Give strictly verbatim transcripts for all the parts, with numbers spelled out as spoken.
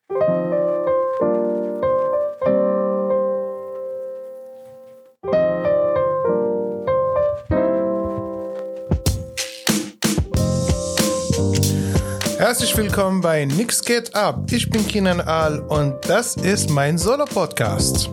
Herzlich willkommen bei Nix geht ab. Ich bin Kenan Al und das ist mein Solo-Podcast.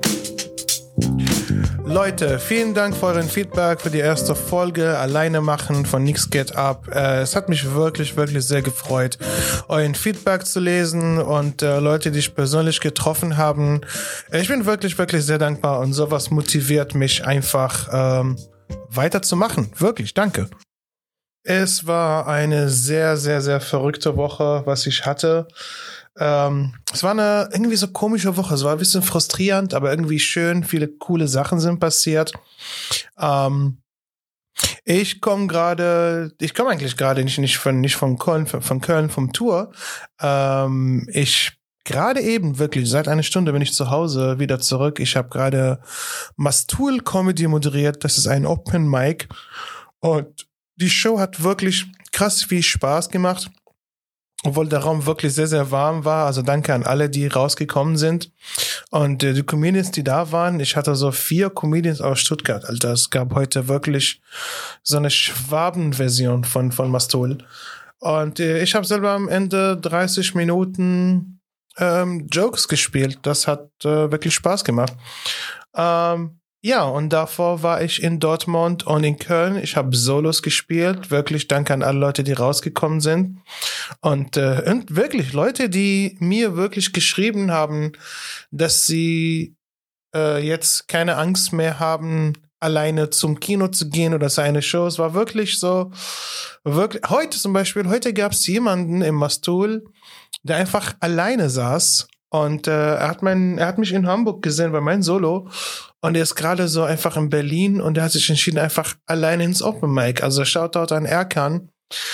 Leute, vielen Dank für euren Feedback für die erste Folge Alleine machen von Nix geht ab. Äh, es hat mich wirklich, wirklich sehr gefreut, euren Feedback zu lesen und äh, Leute, die ich persönlich getroffen haben. Ich bin wirklich, wirklich sehr dankbar und sowas motiviert mich einfach ähm, weiterzumachen. Wirklich, danke. Es war eine sehr, sehr, sehr verrückte Woche, was ich hatte. Ähm, es war eine irgendwie so komische Woche. Es war ein bisschen frustrierend, aber irgendwie schön. Viele coole Sachen sind passiert. Ähm, ich komme gerade, ich komme eigentlich gerade nicht, nicht von, nicht von Köln, von Köln vom Tour. Ähm, ich gerade eben wirklich, seit einer Stunde bin ich zu Hause wieder zurück. Ich habe gerade Mastul Comedy moderiert. Das ist ein Open Mic. Und die Show hat wirklich krass viel Spaß gemacht, obwohl der Raum wirklich sehr, sehr warm war. Also danke an alle, die rausgekommen sind. Und äh, die Comedians, die da waren, ich hatte so vier Comedians aus Stuttgart, Alter. Es gab heute wirklich so eine Schwabenversion von, von Mastul. Und äh, ich habe selber am Ende dreißig Minuten ähm, Jokes gespielt. Das hat äh, wirklich Spaß gemacht. Ähm, Ja, und davor war ich in Dortmund und in Köln. Ich habe Solos gespielt. Wirklich danke an alle Leute, die rausgekommen sind. Und, äh, und wirklich Leute, die mir wirklich geschrieben haben, dass sie äh, jetzt keine Angst mehr haben, alleine zum Kino zu gehen oder seine Shows. War wirklich so, wirklich. Heute zum Beispiel, heute gab es jemanden im Mastul, der einfach alleine saß. Und äh, er hat mein, er hat mich in Hamburg gesehen bei meinem Solo und er ist gerade so einfach in Berlin und er hat sich entschieden, einfach alleine ins Open Mic. Also Shoutout an Erkan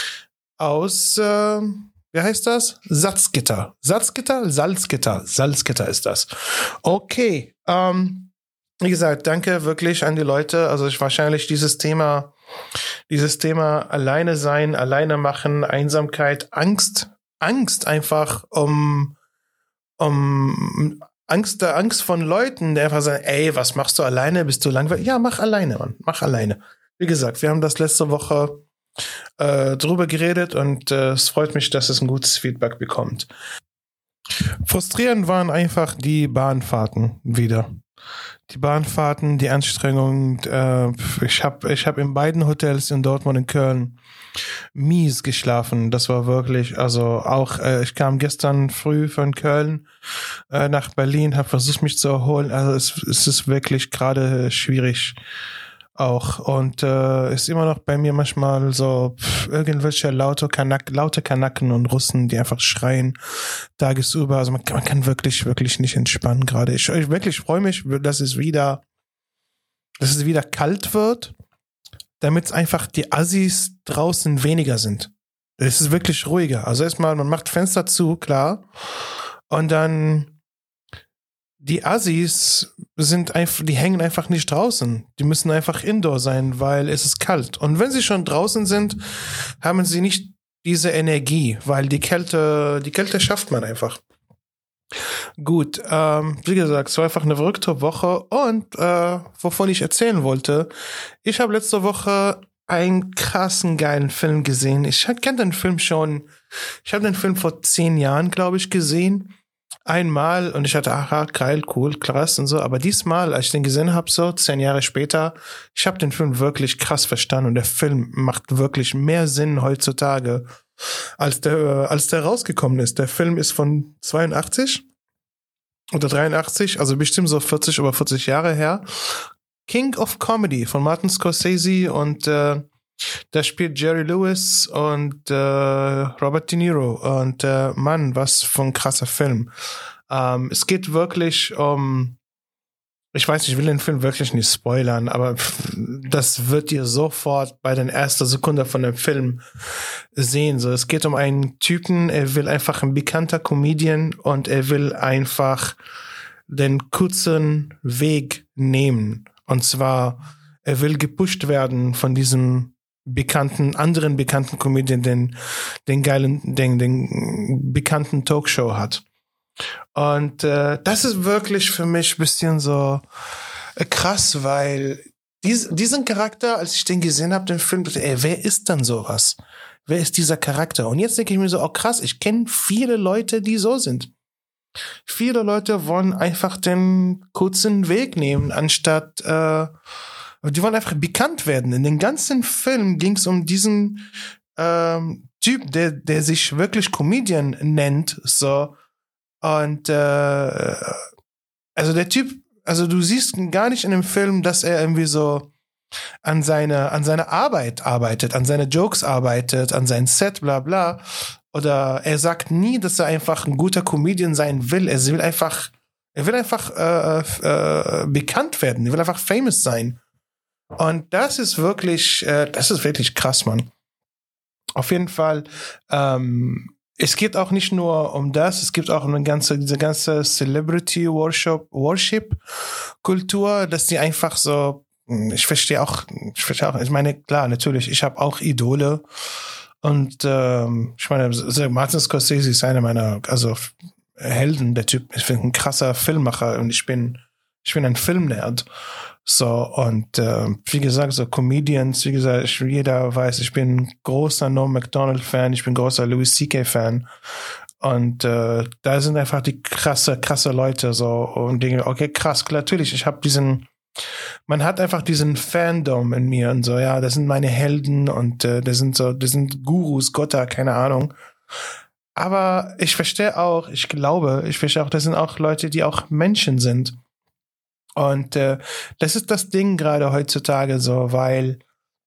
aus, äh, wie heißt das? Salzgitter. Salzgitter? Salzgitter. Salzgitter ist das. Okay. Ähm, wie gesagt, danke wirklich an die Leute. Also ich wahrscheinlich dieses Thema, dieses Thema alleine sein, alleine machen, Einsamkeit, Angst, Angst einfach um um Angst, der Angst von Leuten, die einfach sagen, ey, was machst du alleine? Bist du langweilig? Ja, mach alleine, Mann. Mach alleine. Wie gesagt, wir haben das letzte Woche äh, drüber geredet und äh, es freut mich, dass es ein gutes Feedback bekommt. Frustrierend waren einfach die Bahnfahrten wieder. Die Bahnfahrten, die Anstrengung. Äh, ich habe ich hab in beiden Hotels in Dortmund und in Köln mies geschlafen. Das war wirklich, also auch, äh, ich kam gestern früh von Köln äh, nach Berlin, habe versucht, mich zu erholen. Also es, es ist wirklich gerade schwierig auch. Und äh, ist immer noch bei mir manchmal so pff, irgendwelche laute, Kanak- laute Kanaken und Russen, die einfach schreien tagesüber. Also man, man kann wirklich, wirklich nicht entspannen gerade. Ich, ich wirklich freue mich, dass es wieder, dass es wieder kalt wird, damit einfach die Assis draußen weniger sind. Es ist wirklich ruhiger. Also erstmal, man macht Fenster zu, klar. Und dann die Assis sind einfach, die hängen einfach nicht draußen. Die müssen einfach indoor sein, weil es ist kalt. Und wenn sie schon draußen sind, haben sie nicht diese Energie, weil die Kälte, die Kälte schafft man einfach. Gut, ähm, wie gesagt, es war einfach eine verrückte Woche und äh, wovon ich erzählen wollte, ich habe letzte Woche einen krassen, geilen Film gesehen. Ich kenne den Film schon, ich habe den Film vor zehn Jahren, glaube ich, gesehen. Einmal und ich hatte, aha, geil, cool, krass und so, aber diesmal, als ich den gesehen habe, so zehn Jahre später, ich habe den Film wirklich krass verstanden und der Film macht wirklich mehr Sinn heutzutage, als der, als der rausgekommen ist. Der Film ist von zweiundachtzig oder dreiundachtzig, also bestimmt so vierzig über vierzig Jahre her. King of Comedy von Martin Scorsese und äh, da spielt Jerry Lewis und äh, Robert De Niro und äh, Mann, was für ein krasser Film. Ähm, es geht wirklich um, ich weiß, ich will den Film wirklich nicht spoilern, aber das wird ihr sofort bei den ersten Sekunden von dem Film sehen. So, es geht um einen Typen, er will einfach ein bekannter Comedian und er will einfach den kurzen Weg nehmen. Und zwar, er will gepusht werden von diesem bekannten, anderen bekannten Comedian, den, den geilen, den, den bekannten Talkshow hat. Und äh, das ist wirklich für mich ein bisschen so äh, krass, weil dies, diesen Charakter, als ich den gesehen habe, den Film, dachte ich, ey, wer ist denn sowas? Wer ist dieser Charakter? Und jetzt denke ich mir so, oh krass, ich kenne viele Leute, die so sind. Viele Leute wollen einfach den kurzen Weg nehmen, anstatt, äh, die wollen einfach bekannt werden. In den ganzen Film ging es um diesen ähm, Typ, der, der sich wirklich Comedian nennt, so. Und, äh, also der Typ, also du siehst gar nicht in dem Film, dass er irgendwie so an seine, an seine Arbeit arbeitet, an seine Jokes arbeitet, an sein Set, bla, bla. Oder er sagt nie, dass er einfach ein guter Comedian sein will. Er will einfach, er will einfach äh, äh, bekannt werden. Er will einfach famous sein. Und das ist wirklich, äh, das ist wirklich krass, Mann. Auf jeden Fall. Ähm, es geht auch nicht nur um das. Es gibt auch eine ganze, diese ganze Celebrity Worship, Worship Kultur, dass die einfach so. Ich verstehe auch, ich verstehe auch. Ich meine, klar, natürlich. Ich habe auch Idole. Und ähm, ich meine, Martin Scorsese ist einer meiner, also Helden, der Typ. Ich bin ein krasser Filmmacher und ich bin, ich bin ein Filmnerd. So, und äh, wie gesagt, so Comedians, wie gesagt, ich, jeder weiß, ich bin großer Norm Macdonald-Fan, ich bin großer Louis C K-Fan. Und äh, da sind einfach die krasse, krasse Leute so und denke, okay, krass, klar, natürlich, ich habe diesen man hat einfach diesen Fandom in mir und so, ja, das sind meine Helden und äh, das sind so, das sind Gurus, Götter, keine Ahnung. Aber ich verstehe auch, ich glaube, ich verstehe auch, das sind auch Leute, die auch Menschen sind. Und äh, das ist das Ding gerade heutzutage so, weil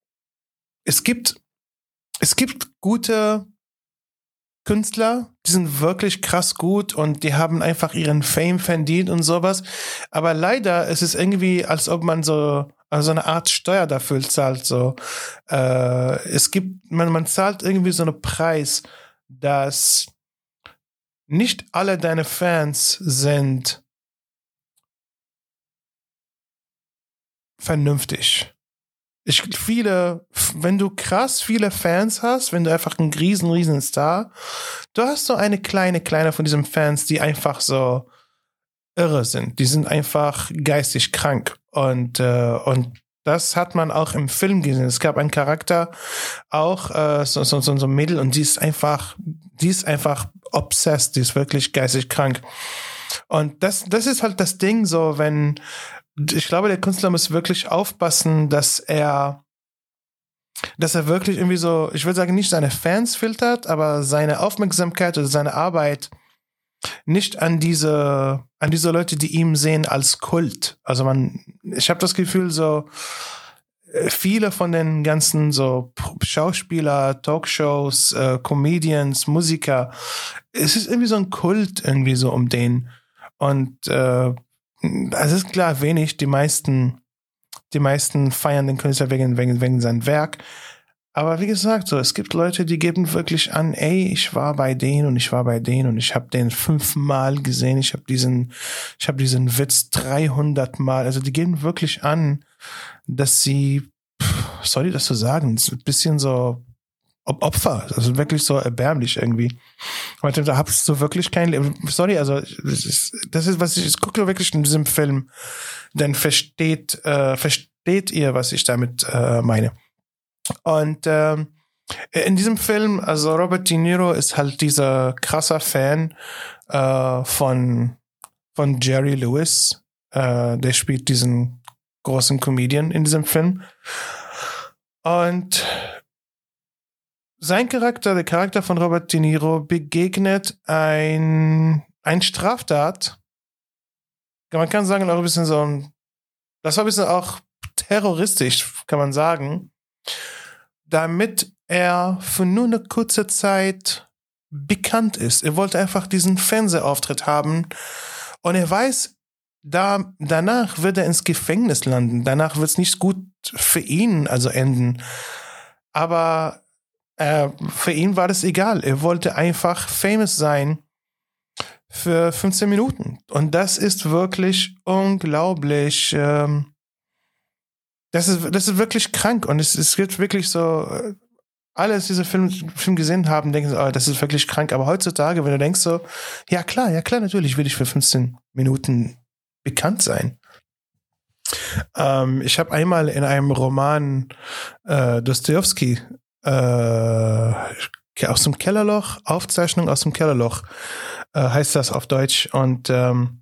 es gibt, es gibt gute Künstler, die sind wirklich krass gut und die haben einfach ihren Fame verdient und sowas. Aber leider ist es irgendwie, als ob man so, also eine Art Steuer dafür zahlt. So, äh, es gibt, man, man zahlt irgendwie so einen Preis, dass nicht alle deine Fans sind vernünftig. Ich, viele, wenn du krass viele Fans hast, wenn du einfach ein riesen, riesen Star, du hast so eine kleine, kleine von diesen Fans, die einfach so irre sind. Die sind einfach geistig krank. Und, äh, und das hat man auch im Film gesehen. Es gab einen Charakter, auch äh, so, so, so ein Mädel, und die ist einfach, die ist einfach obsessed, die ist wirklich geistig krank. Und das, das ist halt das Ding so, wenn ich glaube, der Künstler muss wirklich aufpassen, dass er, dass er wirklich irgendwie so, ich würde sagen, nicht seine Fans filtert, aber seine Aufmerksamkeit oder seine Arbeit nicht an diese, an diese Leute, die ihn sehen als Kult. Also man, ich habe das Gefühl, so viele von den ganzen so Schauspieler, Talkshows, äh, Comedians, Musiker, es ist irgendwie so ein Kult irgendwie so um den. Und äh, es ist klar wenig, die meisten, die meisten feiern den Künstler wegen, wegen, wegen seinem Werk. Aber wie gesagt, so, es gibt Leute, die geben wirklich an, ey, ich war bei denen und ich war bei denen und ich habe den fünfmal gesehen, ich habe diesen, ich habe diesen Witz dreihundert Mal. Also die geben wirklich an, dass sie, pff, soll ich das so sagen, das ist ein bisschen so Opfer, also wirklich so erbärmlich irgendwie. Und da hast du wirklich kein Leben. Sorry, also das ist, das ist was ich, ich gucke wirklich in diesem Film, dann versteht, äh, versteht ihr, was ich damit äh, meine. Und ähm, in diesem Film, also Robert De Niro ist halt dieser krasser Fan äh, von von Jerry Lewis, äh, der spielt diesen großen Comedian in diesem Film. Und sein Charakter, der Charakter von Robert De Niro, begegnet ein, ein Straftat. Man kann sagen, auch ein bisschen so ein, das war ein bisschen auch terroristisch, kann man sagen, damit er für nur eine kurze Zeit bekannt ist. Er wollte einfach diesen Fernsehauftritt haben und er weiß, da, danach wird er ins Gefängnis landen. Danach wird es nicht gut für ihn also enden. Aber Äh, für ihn war das egal. Er wollte einfach famous sein für fünfzehn Minuten. Und das ist wirklich unglaublich. Ähm, das ist, das ist wirklich krank. Und es, es gibt wirklich so, alle diese Film, Film gesehen haben, denken so, oh, das ist wirklich krank. Aber heutzutage, wenn du denkst so, ja klar, ja klar, natürlich will ich für fünfzehn Minuten bekannt sein. Ähm, ich habe einmal in einem Roman äh, Dostojewski äh, aus dem Kellerloch, Aufzeichnung aus dem Kellerloch, äh, heißt das auf Deutsch. Und ähm,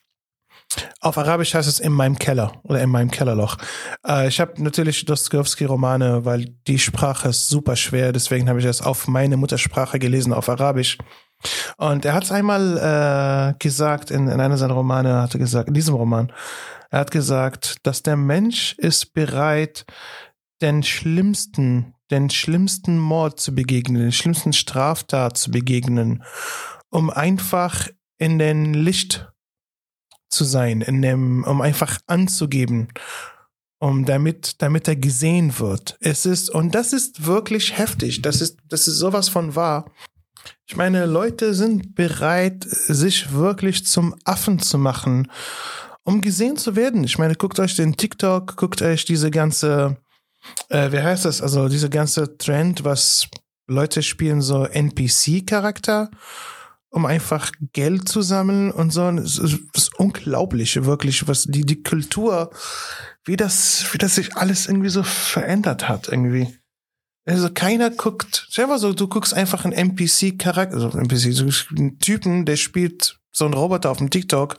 auf Arabisch heißt es in meinem Keller oder in meinem Kellerloch. Äh, ich habe natürlich Dostojewski-Romane, weil die Sprache ist super schwer, deswegen habe ich es auf meine Muttersprache gelesen, auf Arabisch. Und er hat es einmal äh, gesagt, in, in einer seiner Romane, hat er gesagt, in diesem Roman, er hat gesagt, dass der Mensch ist bereit, den schlimmsten, den schlimmsten Mord zu begegnen, den schlimmsten Straftat zu begegnen, um einfach in den Licht zu sein, in dem, um einfach anzugeben, um damit, damit er gesehen wird. Es ist, und das ist wirklich heftig. Das ist, das ist sowas von wahr. Ich meine, Leute sind bereit, sich wirklich zum Affen zu machen, um gesehen zu werden. Ich meine, guckt euch den TikTok, guckt euch diese ganze, äh, wie heißt das? Also diese ganze Trend, was Leute spielen, so N P C-Charakter, um einfach Geld zu sammeln und so. Das ist, das ist unglaublich, wirklich, was die, die Kultur, wie das, wie das sich alles irgendwie so verändert hat, irgendwie. Also keiner guckt, selber so, du guckst einfach einen N P C-Charakter, also N P C, so einen Typen, der spielt so einen Roboter auf dem TikTok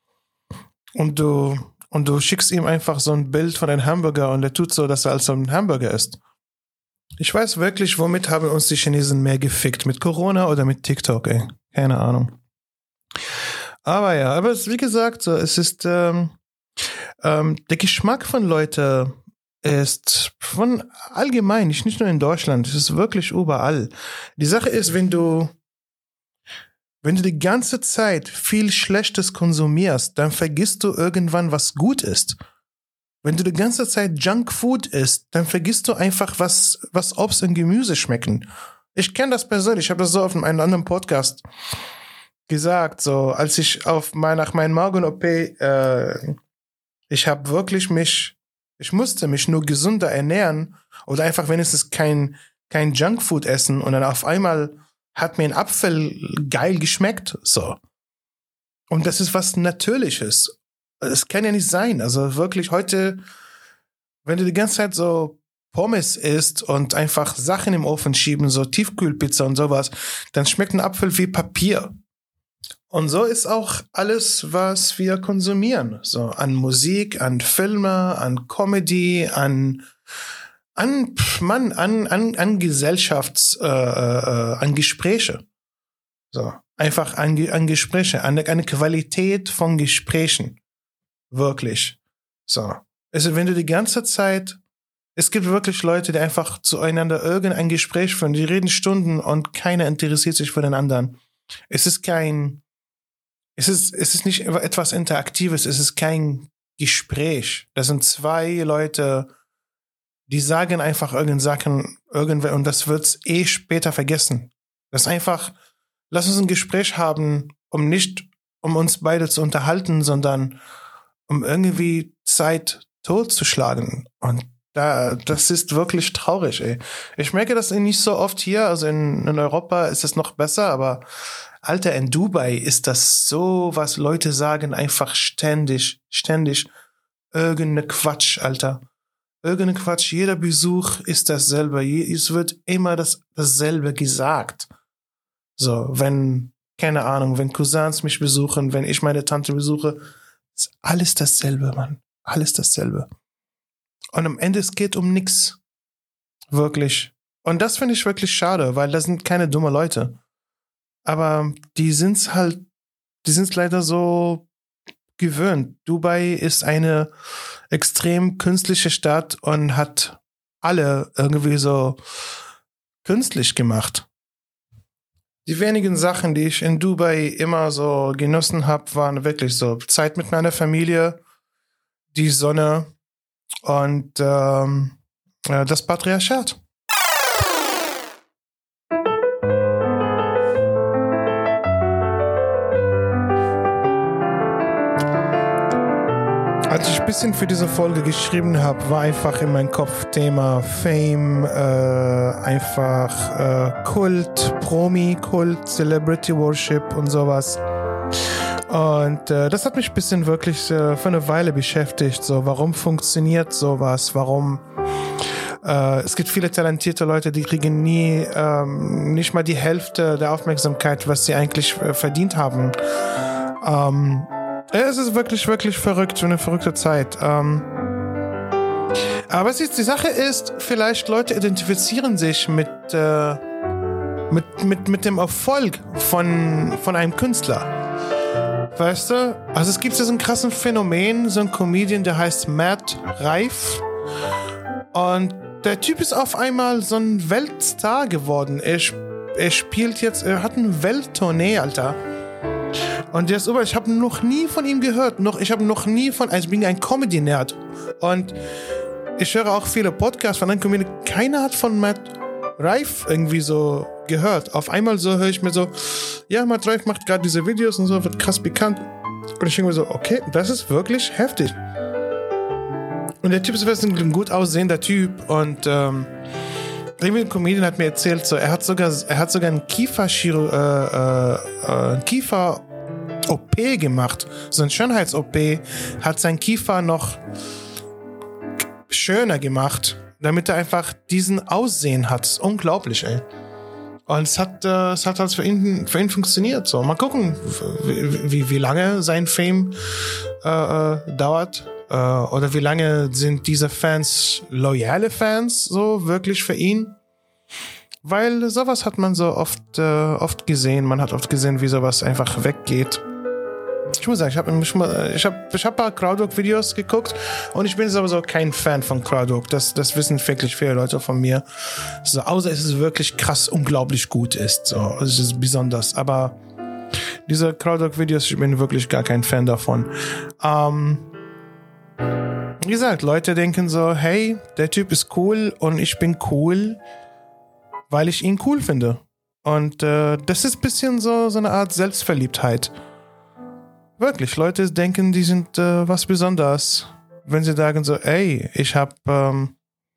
und du, und du schickst ihm einfach so ein Bild von einem Hamburger und der tut so, dass er als so ein Hamburger ist. Ich weiß wirklich, womit haben uns die Chinesen mehr gefickt, mit Corona oder mit TikTok, ey. Keine Ahnung. Aber ja, aber es, wie gesagt, so, es ist ähm, ähm, der Geschmack von Leuten ist von allgemein, nicht nur in Deutschland, es ist wirklich überall. Die Sache ist, wenn du wenn du die ganze Zeit viel Schlechtes konsumierst, dann vergisst du irgendwann, was gut ist. Wenn du die ganze Zeit Junkfood isst, dann vergisst du einfach, was was Obst und Gemüse schmecken. Ich kenne das persönlich, ich habe das so auf einem anderen Podcast gesagt, so als ich auf mein, nach meinem Magen-O P, äh, ich habe wirklich mich, ich musste mich nur gesünder ernähren oder einfach wenigstens kein, kein Junkfood essen und dann auf einmal hat mir ein Apfel geil geschmeckt, so. Und das ist was Natürliches. Es kann ja nicht sein, also wirklich heute, wenn du die ganze Zeit so Pommes isst und einfach Sachen im Ofen schieben, so Tiefkühlpizza und sowas, dann schmeckt ein Apfel wie Papier. Und so ist auch alles, was wir konsumieren. So an Musik, an Filme, an Comedy, an, an, Mann, an, an, an Gesellschafts, äh, äh, an Gespräche. So. Einfach an, an Gespräche, an eine Qualität von Gesprächen. Wirklich. So. Also wenn du die ganze Zeit, es gibt wirklich Leute, die einfach zueinander irgendein Gespräch führen, die reden Stunden und keiner interessiert sich für den anderen. Es ist kein, es ist, es ist nicht etwas Interaktives, es ist kein Gespräch. Das sind zwei Leute, die sagen einfach irgendeine Sachen, irgendwer, und das wird's eh später vergessen. Das ist einfach, lass uns ein Gespräch haben, um nicht, um uns beide zu unterhalten, sondern um irgendwie Zeit totzuschlagen. Und da, das ist wirklich traurig, ey. Ich merke das nicht so oft hier, also in, in Europa ist es noch besser, aber Alter, in Dubai ist das so, was Leute sagen, einfach ständig, ständig irgendeine Quatsch, Alter. Irgendeine Quatsch. Jeder Besuch ist dasselbe. Es wird immer das, dasselbe gesagt. So, wenn, keine Ahnung, wenn Cousins mich besuchen, wenn ich meine Tante besuche, ist alles dasselbe, Mann. Alles dasselbe. Und am Ende, es geht um nix. Wirklich. Und das finde ich wirklich schade, weil das sind keine dumme Leute. Aber die sind's halt, die sind's leider so gewöhnt. Dubai ist eine extrem künstliche Stadt und hat alle irgendwie so künstlich gemacht. Die wenigen Sachen, die ich in Dubai immer so genossen habe, waren wirklich so Zeit mit meiner Familie, die Sonne und ähm, das Patriarchat. Als ich ein bisschen für diese Folge geschrieben habe, war einfach in meinem Kopf Thema Fame, äh, einfach äh, Kult, Promi-Kult, Celebrity Worship und sowas. Und äh, das hat mich ein bisschen wirklich äh, für eine Weile beschäftigt. So, warum funktioniert sowas? Warum? Äh, es gibt viele talentierte Leute, die kriegen nie, ähm, nicht mal die Hälfte der Aufmerksamkeit, was sie eigentlich äh, verdient haben. Ähm, es ist wirklich, wirklich verrückt, eine verrückte Zeit. Ähm, aber was jetzt die Sache ist, vielleicht Leute identifizieren sich mit, äh, mit, mit, mit dem Erfolg von, von einem Künstler. Weißt du? Also es gibt so ein krassen Phänomen, so ein Comedian, der heißt Matt Rife. Und der Typ ist auf einmal so ein Weltstar geworden. Er, er spielt jetzt, er hat eine Welttournee, Alter. Und der ist über, ich habe noch nie von ihm gehört. Noch, ich habe noch nie von, also ich bin ein Comedy-Nerd. Und ich höre auch viele Podcasts von einem Comedian. Keiner hat von Matt Rife irgendwie so gehört. Auf einmal so höre ich mir so, ja, Matt Rife macht gerade diese Videos und so, wird krass bekannt. Und ich denke mir so, okay, das ist wirklich heftig. Und der Typ ist ein gut aussehender Typ und ähm, ein Comedian hat mir erzählt, so, er hat sogar, er hat sogar einen Kiefer-Chiro, äh, äh, äh, Kiefer-O P gemacht, so ein Schönheits-O P, hat sein Kiefer noch schöner gemacht, damit er einfach diesen Aussehen hat. Das ist unglaublich, ey. Und es hat, äh, es hat halt für ihn, für ihn funktioniert. So, mal gucken, wie, wie, wie lange sein Fame äh, äh, dauert. Äh, oder wie lange sind diese Fans loyale Fans, so wirklich für ihn. Weil sowas hat man so oft, äh, oft gesehen. Man hat oft gesehen, wie sowas einfach weggeht. Ich muss sagen, ich habe ich hab, ich hab ein paar Crowdwork-Videos geguckt und ich bin sowieso kein Fan von Crowdwork. Das, das wissen wirklich viele Leute von mir. So, außer es ist wirklich krass, unglaublich gut ist. So, es ist besonders. Aber diese Crowdwork-Videos, ich bin wirklich gar kein Fan davon. Ähm, wie gesagt, Leute denken so, hey, der Typ ist cool und ich bin cool, weil ich ihn cool finde. Und äh, das ist ein bisschen so, so eine Art Selbstverliebtheit. Wirklich, Leute denken, die sind äh, was Besonderes, wenn sie sagen so, ey, ich hab ähm,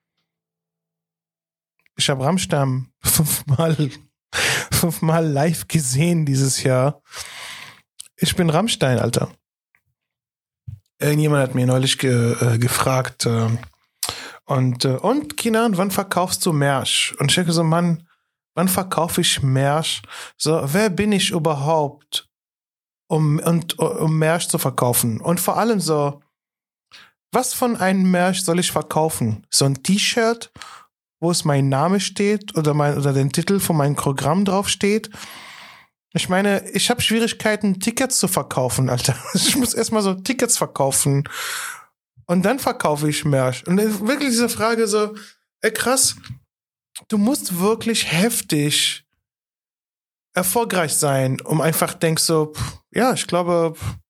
ich hab Rammstein fünfmal fünfmal live gesehen dieses Jahr. Ich bin Rammstein, Alter. Irgendjemand hat mir neulich ge, äh, gefragt äh, und äh, und Kinan, wann verkaufst du Merch? Und ich denke so, Mann, wann verkaufe ich Merch? So, wer bin ich überhaupt? Um, und, um Merch zu verkaufen. Und vor allem so, was von einem Merch soll ich verkaufen? So ein T-Shirt, wo es mein Name steht oder, mein, oder den Titel von meinem Programm drauf steht. Ich meine, ich habe Schwierigkeiten, Tickets zu verkaufen, Alter. Ich muss erstmal so Tickets verkaufen und dann verkaufe ich Merch. Und wirklich diese Frage so, ey, krass, du musst wirklich heftig erfolgreich sein, um einfach denkst so, pff, ja, ich glaube,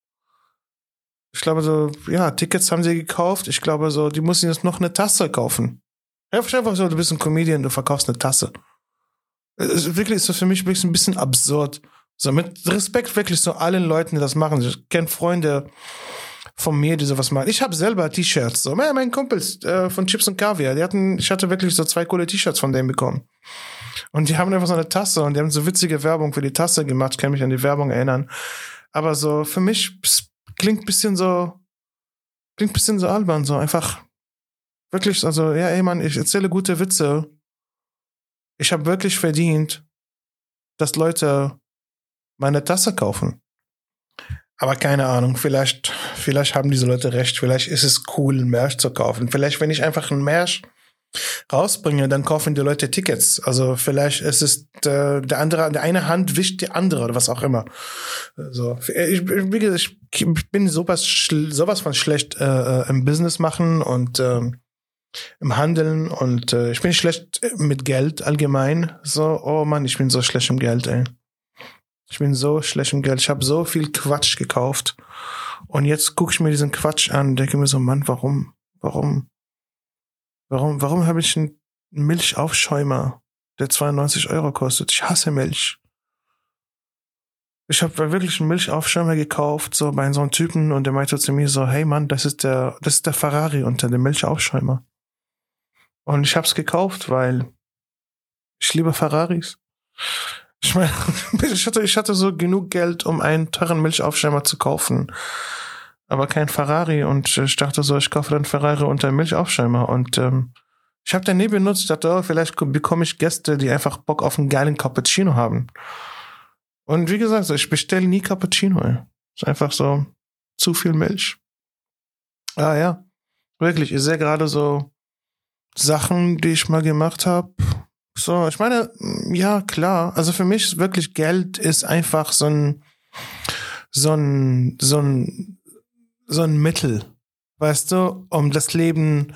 ich glaube so, ja, Tickets haben sie gekauft. Ich glaube so, die müssen jetzt noch eine Tasse kaufen. Einfach so, du bist ein Comedian, du verkaufst eine Tasse. Es ist wirklich so für mich wirklich ein bisschen absurd. So mit Respekt wirklich so allen Leuten, die das machen. Ich kenne Freunde von mir, die sowas machen. Ich habe selber T-Shirts. So, mein, mein Kumpels äh, von Chips und Kaviar, die hatten, ich hatte wirklich so zwei coole T-Shirts von denen bekommen. Und die haben einfach so eine Tasse und die haben so witzige Werbung für die Tasse gemacht. Ich kann mich an die Werbung erinnern. Aber so für mich pss, klingt ein bisschen so, klingt ein bisschen so albern, so einfach wirklich, also ja, ey Mann, ich erzähle gute Witze. Ich habe wirklich verdient, dass Leute meine Tasse kaufen. Aber keine Ahnung, vielleicht, vielleicht haben diese Leute recht. Vielleicht ist es cool, Merch zu kaufen. Vielleicht, wenn ich einfach ein Merch rausbringe, dann kaufen die Leute Tickets. Also vielleicht ist es äh, der andere, der eine Hand wischt die andere oder was auch immer. So, ich, wie gesagt, ich bin sowas, sowas von schlecht äh, im Business machen und ähm, im Handeln und äh, ich bin schlecht mit Geld allgemein. So, oh Mann, ich bin so schlecht im Geld, ey. Ich bin so schlecht im Geld. Ich habe so viel Quatsch gekauft und jetzt gucke ich mir diesen Quatsch an und denke mir so, Mann, warum, warum? Warum, warum habe ich einen Milchaufschäumer, der zweiundneunzig Euro kostet? Ich hasse Milch. Ich habe wirklich einen Milchaufschäumer gekauft, so bei so einem Typen, und der meinte zu mir so, hey Mann, das ist der, das ist der Ferrari unter dem Milchaufschäumer. Und ich hab's gekauft, weil ich liebe Ferraris. Ich meine, ich hatte, ich hatte so genug Geld, um einen teuren Milchaufschäumer zu kaufen, aber kein Ferrari, und ich dachte so, ich kaufe dann Ferrari unter dem Milchaufschäumer, und ähm, ich habe den nie benutzt. Ich dachte, oh, vielleicht bekomme ich Gäste, die einfach Bock auf einen geilen Cappuccino haben. Und wie gesagt, ich bestelle nie Cappuccino. Ey. Ist einfach so zu viel Milch. Ah ja, wirklich. Ich sehe gerade so Sachen, die ich mal gemacht habe. So, ich meine, ja, klar. Also für mich ist wirklich Geld ist einfach so ein so ein so ein so ein Mittel, weißt du, um das Leben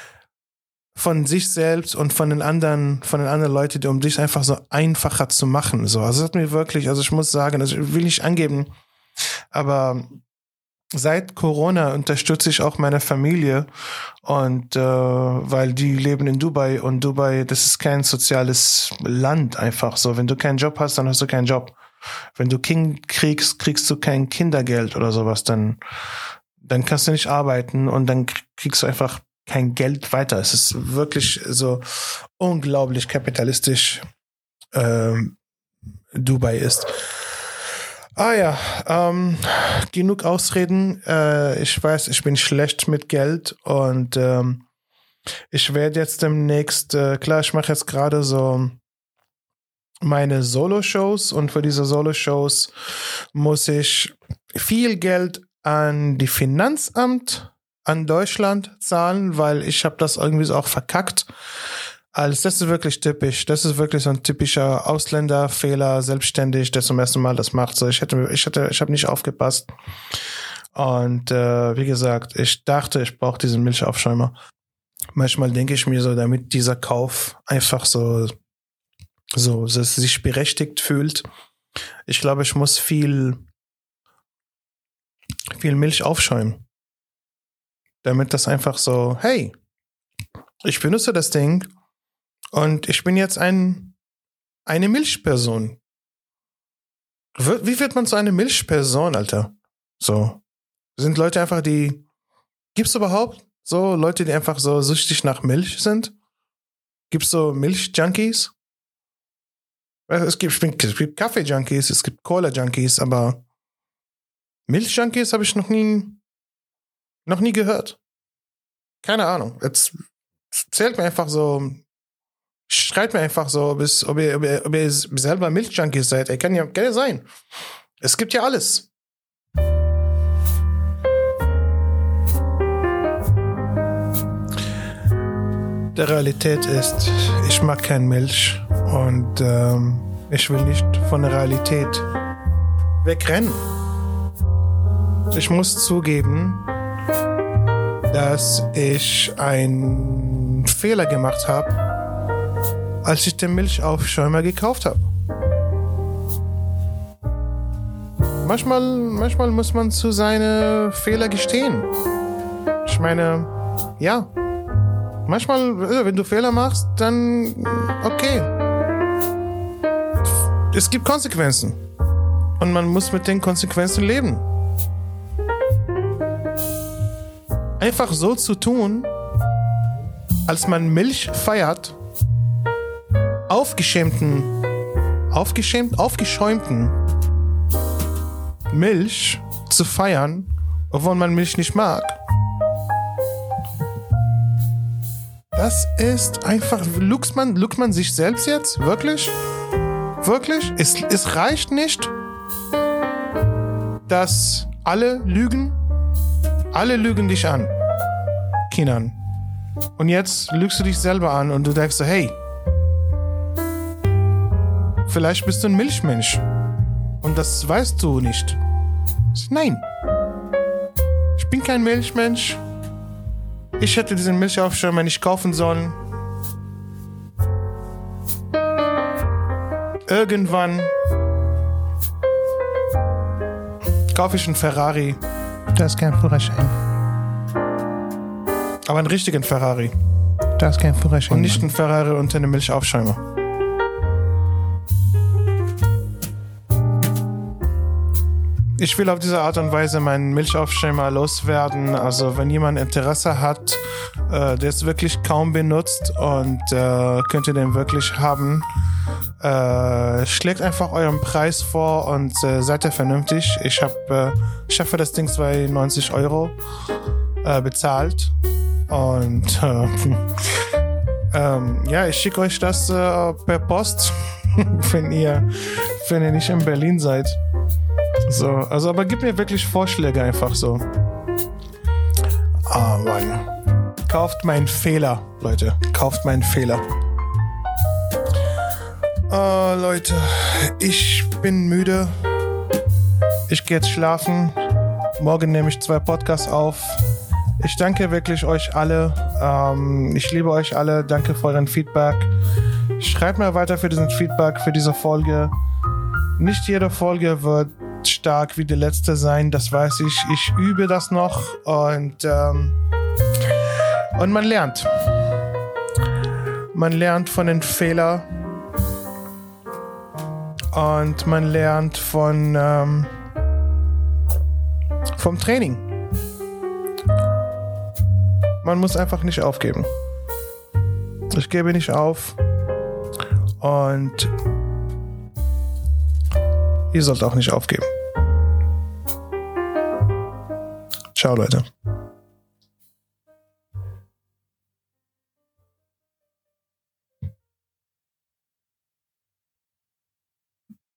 von sich selbst und von den anderen, von den anderen Leuten, um dich einfach so einfacher zu machen. So, also es hat mir wirklich, also ich muss sagen, also ich will nicht angeben, aber seit Corona unterstütze ich auch meine Familie, und äh, weil die leben in Dubai, und Dubai, das ist kein soziales Land einfach so. Wenn du keinen Job hast, dann hast du keinen Job. Wenn du Kind kriegst, kriegst du kein Kindergeld oder sowas, dann dann kannst du nicht arbeiten, und dann kriegst du einfach kein Geld weiter. Es ist wirklich so unglaublich kapitalistisch ähm, Dubai ist. Ah ja, ähm, genug Ausreden. Äh, ich weiß, ich bin schlecht mit Geld, und ähm, ich werde jetzt demnächst, äh, klar, ich mache jetzt gerade so meine Solo-Shows, und für diese Solo-Shows muss ich viel Geld an die Finanzamt an Deutschland zahlen, weil ich habe das irgendwie so auch verkackt. Also das ist wirklich typisch. Das ist wirklich so ein typischer Ausländerfehler, selbstständig, der zum ersten Mal das macht. So, ich hätte, ich hätte, ich habe nicht aufgepasst. Und äh, wie gesagt, ich dachte, ich brauche diesen Milchaufschäumer. Manchmal denke ich mir so, damit dieser Kauf einfach so, so, so sich berechtigt fühlt. Ich glaube, ich muss viel, viel Milch aufschäumen. Damit das einfach so, hey, ich benutze das Ding und ich bin jetzt ein eine Milchperson. Wie wird man zu einer Milchperson, Alter? So, sind Leute einfach, die, gibt's überhaupt so Leute, die einfach so süchtig nach Milch sind? Gibt's so Milch-Junkies? Es gibt, es gibt Kaffee-Junkies, es gibt Cola-Junkies, aber Milch-Junkies habe ich noch nie Noch nie gehört. Keine Ahnung. Jetzt zählt mir einfach so, schreibt mir einfach so, ob, es, ob, ihr, ob, ihr, ob ihr selber Milchjunkies seid. Ey, kann ja, kann ja sein. Es gibt ja alles. Die Realität ist, ich mag kein Milch, und ähm, ich will nicht von der Realität wegrennen. Ich muss zugeben, dass ich einen Fehler gemacht habe, als ich den Milchaufschäumer gekauft habe. Manchmal, manchmal muss man zu seinen Fehler gestehen. Ich meine, ja, manchmal, wenn du Fehler machst, dann okay. Es gibt Konsequenzen, und man muss mit den Konsequenzen leben. Einfach so zu tun, als man Milch feiert, aufgeschäumten, aufgeschäumt, aufgeschäumten Milch zu feiern, obwohl man Milch nicht mag. Das ist einfach, lügt man, lügt man sich selbst jetzt? Wirklich? Wirklich? Es, es reicht nicht, dass alle lügen. Alle lügen dich an, Kinan. Und jetzt lügst du dich selber an, und du denkst so, hey, vielleicht bist du ein Milchmensch. Und das weißt du nicht. Nein. Ich bin kein Milchmensch. Ich hätte diesen Milchaufschäumer nicht kaufen sollen. Irgendwann kaufe ich einen Ferrari. Da ist kein Führerschein. Aber einen richtigen Ferrari. Da ist kein Führerschein. Und nicht einen Ferrari unter einem Milchaufschäumer. ich will auf diese Art und Weise meinen Milchaufschäumer loswerden. Also wenn jemand Interesse hat, äh, der ist wirklich kaum benutzt und äh, könnt ihr den wirklich haben, äh, schlägt einfach euren Preis vor und äh, seid ihr vernünftig. Ich habe äh, ich hab für das Ding zweiundneunzig Euro äh, bezahlt und äh, ähm, ja, ich schicke euch das äh, per Post, wenn ihr, wenn ihr nicht in Berlin seid. So, also, aber gib mir wirklich Vorschläge einfach so. Ah, Mann. Kauft meinen Fehler, Leute. Kauft meinen Fehler. Ah, Leute, ich bin müde. Ich gehe jetzt schlafen. Morgen nehme ich zwei Podcasts auf. Ich danke wirklich euch alle. Ähm, ich liebe euch alle. Danke für euren Feedback. Schreibt mir weiter für diesen Feedback, für diese Folge. Nicht jede Folge wird stark wie die letzte sein, das weiß ich. Ich übe das noch und, ähm, und man lernt. Man lernt von den Fehlern und man lernt von ähm, vom Training. Man muss einfach nicht aufgeben. Ich gebe nicht auf und ihr sollt auch nicht aufgeben. Ciao, Leute.